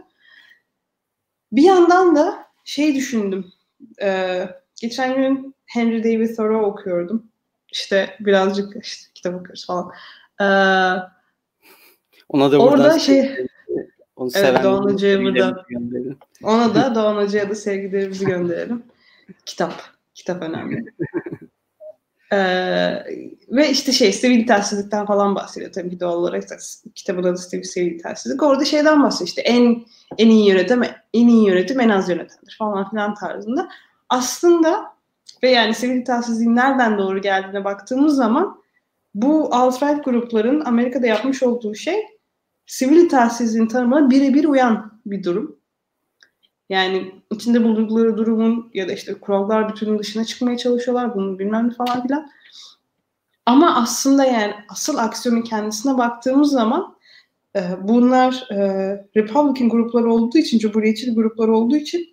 Bir yandan da şey düşündüm. Ee, geçen gün Henry David Thoreau okuyordum. İşte birazcık işte kitap okuyoruz falan. Ee, Ona da orada şey onu evet, Doğan Hoca'ya burada gönderelim. ona da Doğan Hoca'ya da sevgilerimizi gönderelim. Kitap. Kitap önemli. Ee, Ve işte şey sivil itaatsizlikten falan bahsediyor tabii ki doğal olarak. Kitabın adı sivil, sivil itaatsizlik. Orada şeyden bahsediyor işte en en iyi yönetim, en iyi yönetim en az yönetendir falan filan tarzında. Aslında ve yani sivil itaatsizliğin nereden doğru geldiğine baktığımız zaman bu alt-right grupların Amerika'da yapmış olduğu şey sivil itaatsizliğin tanımına birebir uyan bir durum. Yani içinde bulundukları durumun ya da işte kurallar bütünün dışına çıkmaya çalışıyorlar. Bunu bilmem ne falan filan. Ama aslında yani asıl aksiyonun kendisine baktığımız zaman e, bunlar e, Republican gruplar olduğu için, Cumhuriyetçi gruplar olduğu için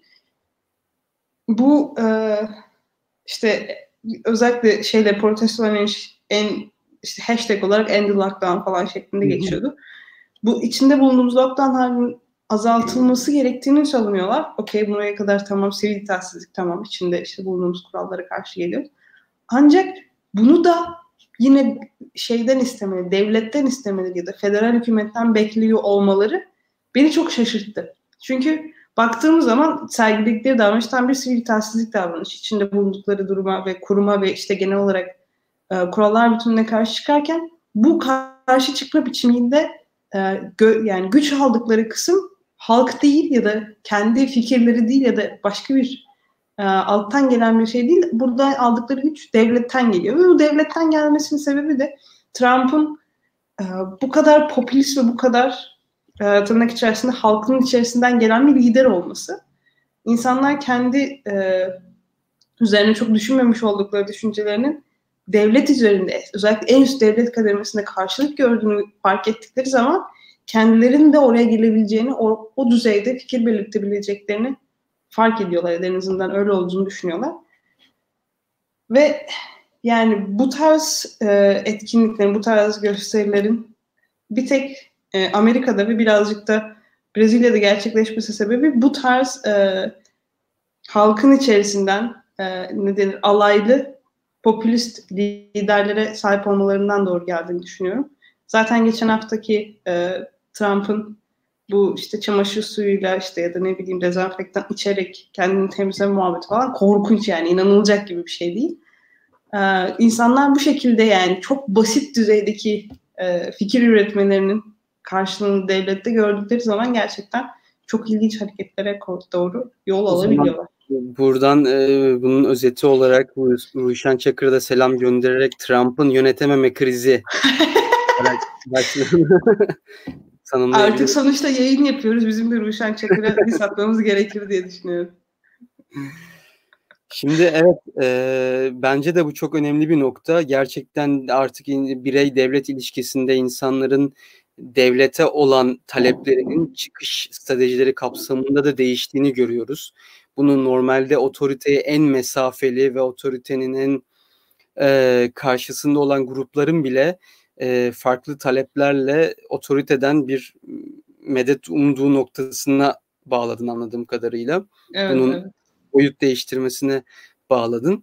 bu e, işte özellikle şeyle protestoların en işte hashtag olarak end the lockdown falan şeklinde geçiyordu. Bu içinde bulunduğumuz lockdown halinin azaltılması gerektiğini savunuyorlar. Okey buraya kadar tamam sivil itaatsizlik tamam içinde işte bulunduğumuz kurallara karşı geliyor. Ancak bunu da yine şeyden istemeli, devletten istemeli ya da federal hükümetten bekliyor olmaları beni çok şaşırttı. Çünkü baktığımız zaman sergiledikleri davranış tam bir sivil itaatsizlik davranışı. İçinde bulundukları duruma ve kuruma ve işte genel olarak e, kurallar bütününe karşı çıkarken bu karşı çıkma biçiminde e, gö- yani güç aldıkları kısım halk değil ya da kendi fikirleri değil ya da başka bir e, alttan gelen bir şey değil. Burada aldıkları güç devletten geliyor. Ve bu devletten gelmesinin sebebi de Trump'ın e, bu kadar popülist ve bu kadar e, tırnak içerisinde halkın içerisinden gelen bir lider olması. İnsanlar kendi e, üzerine çok düşünmemiş oldukları düşüncelerinin devlet üzerinde, özellikle en üst devlet kademesinde karşılık gördüğünü fark ettikleri zaman kendilerinin de oraya gelebileceğini, o, o düzeyde fikir belirtebileceklerini fark ediyorlar. En azından öyle olduğunu düşünüyorlar. Ve yani bu tarz e, etkinliklerin, bu tarz gösterilerin bir tek e, Amerika'da ve birazcık da Brezilya'da gerçekleşmesi sebebi bu tarz e, halkın içerisinden e, ne denir, alaylı, popülist liderlere sahip olmalarından doğru geldiğini düşünüyorum. Zaten geçen haftaki e, Trump'ın bu işte çamaşır suyuyla işte ya da ne bileyim dezenfektan içerek kendini temizleme muhabbeti falan korkunç yani inanılacak gibi bir şey değil. Ee, insanlar bu şekilde yani çok basit düzeydeki e, fikir üretmelerinin karşılığını devlette gördükleri zaman gerçekten çok ilginç hareketlere doğru yol alabiliyorlar. Buradan e, bunun özeti olarak Ruşen Çakır'a da selam göndererek Trump'ın yönetememe krizi Artık sonuçta yayın yapıyoruz. Bizim de Ruşen Çakır'a diss atmamız gerekir diye düşünüyorum. Şimdi evet e, bence de bu çok önemli bir nokta. Gerçekten artık birey-devlet ilişkisinde insanların devlete olan taleplerinin çıkış stratejileri kapsamında da değiştiğini görüyoruz. Bunun normalde otoriteye en mesafeli ve otoritenin en e, karşısında olan grupların bile e, farklı taleplerle otoriteden bir medet umduğu noktasına bağladın anladığım kadarıyla. Evet, Bunun evet. boyut değiştirmesine bağladın.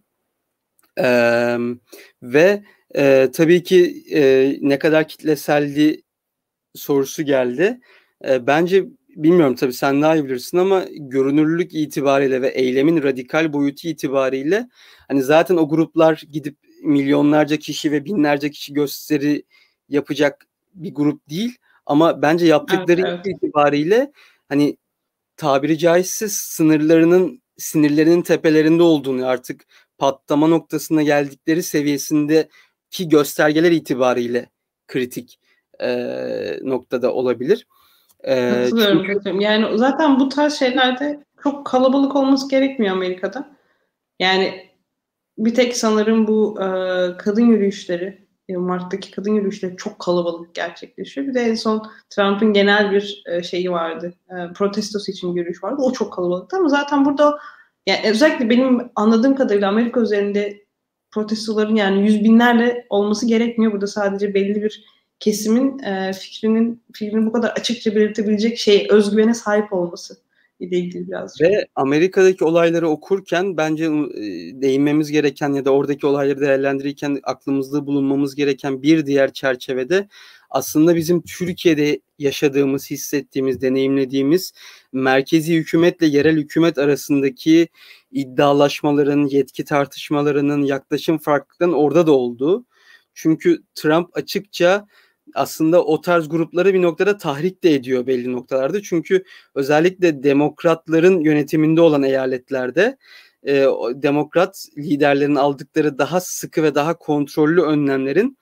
Ee, ve e, tabii ki e, ne kadar kitleseldi sorusu geldi. E, bence bilmiyorum tabii sen daha iyi bilirsin ama görünürlülük itibariyle ve eylemin radikal boyutu itibariyle hani zaten o gruplar gidip milyonlarca kişi ve binlerce kişi gösteri yapacak bir grup değil. Ama bence yaptıkları evet, evet. itibariyle hani tabiri caizse sınırlarının sinirlerinin tepelerinde olduğunu artık patlama noktasına geldikleri seviyesindeki göstergeler itibariyle kritik e, noktada olabilir. E, Katılıyorum, çünkü katılıyorum. Yani zaten bu tarz şeylerde çok kalabalık olması gerekmiyor Amerika'da. Yani bir tek sanırım bu e, kadın yürüyüşleri, Mart'taki kadın yürüyüşleri çok kalabalık gerçekleşiyor. Bir de en son Trump'ın genel bir e, şeyi vardı. E, protestosu için bir yürüyüş vardı. O çok kalabalıktı ama zaten burada yani özellikle benim anladığım kadarıyla Amerika üzerinde protestoların yani yüz binlerle olması gerekmiyor. Burada sadece belli bir kesimin e, fikrinin fikrini bu kadar açıkça belirtebilecek şey özgüvene sahip olması ile ilgili birazcık. Ve Amerika'daki olayları okurken bence e, değinmemiz gereken ya da oradaki olayları değerlendirirken aklımızda bulunmamız gereken bir diğer çerçevede aslında bizim Türkiye'de yaşadığımız, hissettiğimiz, deneyimlediğimiz merkezi hükümetle yerel hükümet arasındaki iddialaşmaların, yetki tartışmalarının, yaklaşım farklılıklarının orada da olduğu. Çünkü Trump açıkça aslında o tarz grupları bir noktada tahrik de ediyor belli noktalarda. Çünkü özellikle demokratların yönetiminde olan eyaletlerde e, demokrat liderlerin aldıkları daha sıkı ve daha kontrollü önlemlerin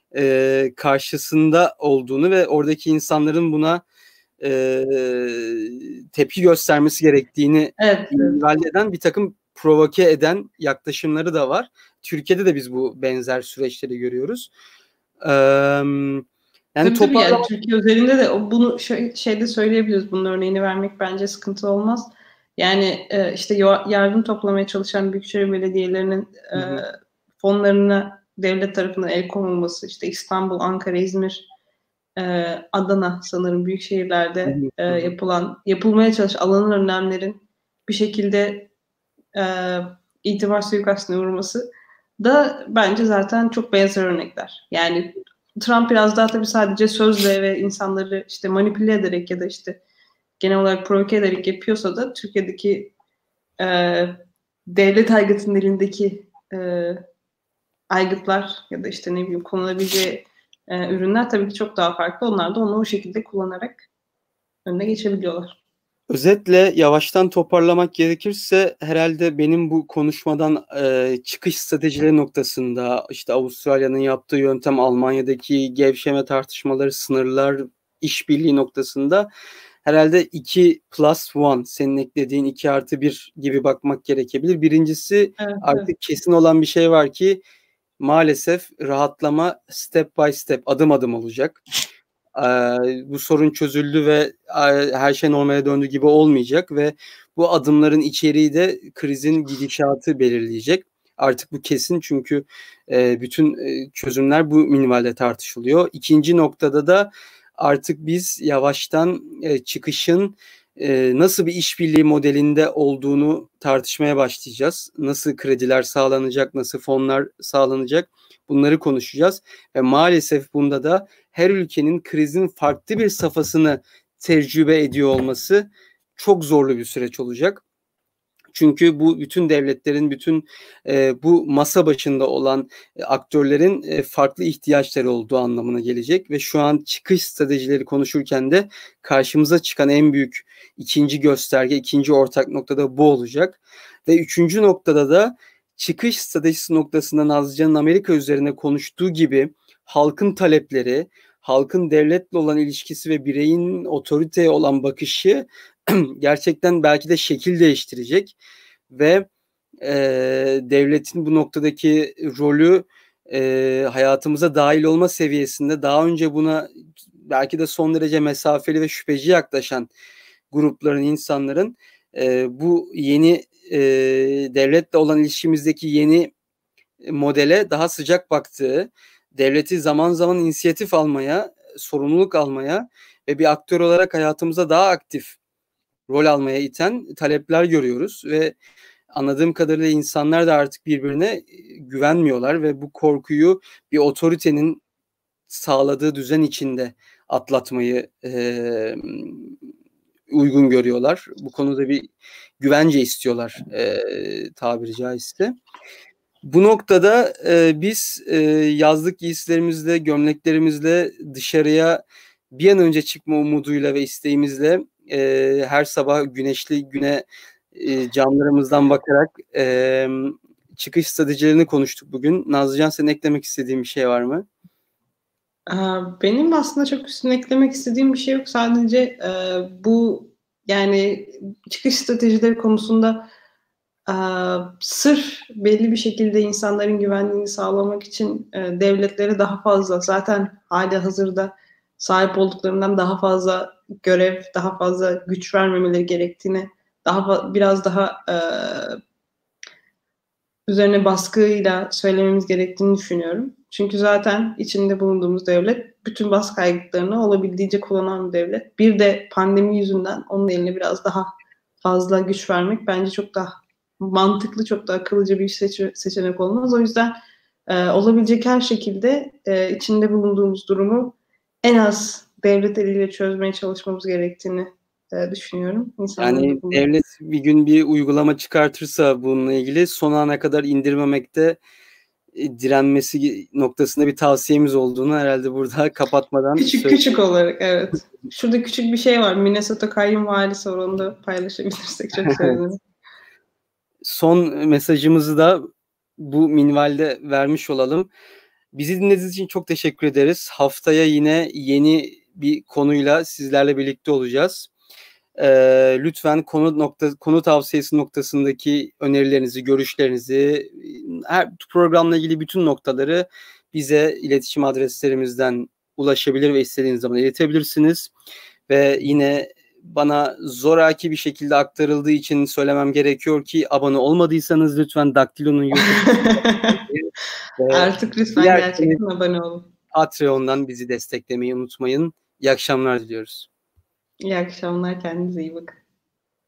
e, karşısında olduğunu ve oradaki insanların buna e, tepki göstermesi gerektiğini evet, ifade eden bir takım provoke eden yaklaşımları da var. Türkiye'de de biz bu benzer süreçleri görüyoruz. Ee, yani tabii yani Türkiye özelinde de bunu şey, şeyde söyleyebiliriz. Bunun örneğini vermek bence sıkıntı olmaz. Yani e, işte yardım toplamaya çalışan büyükşehir belediyelerinin e, fonlarına devlet tarafından el konulması, işte İstanbul, Ankara, İzmir, e, Adana sanırım büyük şehirlerde e, yapılan, yapılmaya çalışan alınan önlemlerin bir şekilde e, itibar suikastine uğraması da bence zaten çok benzer örnekler. Yani Trump biraz daha tabii sadece sözle ve insanları işte manipüle ederek ya da işte genel olarak provoke ederek yapıyorsa da Türkiye'deki e, devlet aygıtının elindeki e, aygıtlar ya da işte ne bileyim konulabileceği e, ürünler tabii ki çok daha farklı. Onlar da onu o şekilde kullanarak önüne geçebiliyorlar. Özetle yavaştan toparlamak gerekirse herhalde benim bu konuşmadan e, çıkış stratejileri noktasında işte Avustralya'nın yaptığı yöntem, Almanya'daki gevşeme tartışmaları, sınırlar, işbirliği noktasında herhalde iki plus one, senin eklediğin iki artı bir gibi bakmak gerekebilir. Birincisi evet, artık evet. kesin olan bir şey var ki maalesef rahatlama step by step, adım adım olacak. Ee, bu sorun çözüldü ve e, her şey normale döndü gibi olmayacak ve bu adımların içeriği de krizin gidişatı belirleyecek. Artık bu kesin çünkü e, bütün e, çözümler bu minvalde tartışılıyor. İkinci noktada da artık biz yavaştan e, çıkışın e, nasıl bir işbirliği modelinde olduğunu tartışmaya başlayacağız. Nasıl krediler sağlanacak, nasıl fonlar sağlanacak, bunları konuşacağız. Ve maalesef bunda da her ülkenin krizin farklı bir safhasını tecrübe ediyor olması çok zorlu bir süreç olacak. Çünkü bu bütün devletlerin, bütün e, bu masa başında olan e, aktörlerin e, farklı ihtiyaçları olduğu anlamına gelecek ve şu an çıkış stratejileri konuşurken de karşımıza çıkan en büyük ikinci gösterge, ikinci ortak noktada bu olacak. Ve üçüncü noktada da çıkış stratejisi noktasında Nazlıcan'ın Amerika üzerine konuştuğu gibi halkın talepleri, halkın devletle olan ilişkisi ve bireyin otoriteye olan bakışı gerçekten belki de şekil değiştirecek ve e, devletin bu noktadaki rolü e, hayatımıza dahil olma seviyesinde daha önce buna belki de son derece mesafeli ve şüpheci yaklaşan grupların, insanların e, bu yeni e, devletle olan ilişkimizdeki yeni modele daha sıcak baktığı, devleti zaman zaman inisiyatif almaya, sorumluluk almaya ve bir aktör olarak hayatımıza daha aktif rol almaya iten talepler görüyoruz ve anladığım kadarıyla insanlar da artık birbirine güvenmiyorlar ve bu korkuyu bir otoritenin sağladığı düzen içinde atlatmayı e, uygun görüyorlar. Bu konuda bir güvence istiyorlar e, tabiri caizse. Bu noktada e, biz e, yazlık giysilerimizle, gömleklerimizle dışarıya bir an önce çıkma umuduyla ve isteğimizle e, her sabah güneşli güne e, camlarımızdan bakarak e, çıkış stratejilerini konuştuk bugün. Nazlıcan, senin eklemek istediğin bir şey var mı? Benim aslında çok üstüne eklemek istediğim bir şey yok. Sadece e, bu yani çıkış stratejileri konusunda e, sırf belli bir şekilde insanların güvenliğini sağlamak için e, devletleri daha fazla zaten hali hazırda sahip olduklarından daha fazla görev, daha fazla güç vermemeleri gerektiğini, daha biraz daha e, üzerine baskıyla söylememiz gerektiğini düşünüyorum. Çünkü zaten içinde bulunduğumuz devlet bütün baskı aygıtlarını olabildiğince kullanan bir devlet. Bir de pandemi yüzünden onun eline biraz daha fazla güç vermek bence çok daha mantıklı, çok daha akıllıca bir seç- seçenek olmaz. O yüzden e, olabilecek her şekilde e, içinde bulunduğumuz durumu en az devlet eliyle çözmeye çalışmamız gerektiğini e, düşünüyorum. İnsanların Yani bunu... devlet bir gün bir uygulama çıkartırsa bununla ilgili son ana kadar indirmemekte e, direnmesi noktasında bir tavsiyemiz olduğunu herhalde burada kapatmadan küçük söyle- küçük olarak evet. Şurada küçük bir şey var. Minnesota kayyum valisi var. Onu da paylaşabilirsek çok sevinirim. Son mesajımızı da bu minvalde vermiş olalım. Bizi dinlediğiniz için çok teşekkür ederiz. Haftaya yine yeni bir konuyla sizlerle birlikte olacağız. Ee, lütfen konu nokta konu tavsiyesi noktasındaki önerilerinizi, görüşlerinizi, her programla ilgili bütün noktaları bize iletişim adreslerimizden ulaşabilir ve istediğiniz zaman iletebilirsiniz. Ve yine bana zoraki bir şekilde aktarıldığı için söylemem gerekiyor ki abone olmadıysanız lütfen Daktilo'nun YouTube'da artık lütfen gerçekten abone olun. Patreon'dan bizi desteklemeyi unutmayın. İyi akşamlar diliyoruz. İyi akşamlar. Kendinize iyi bakın.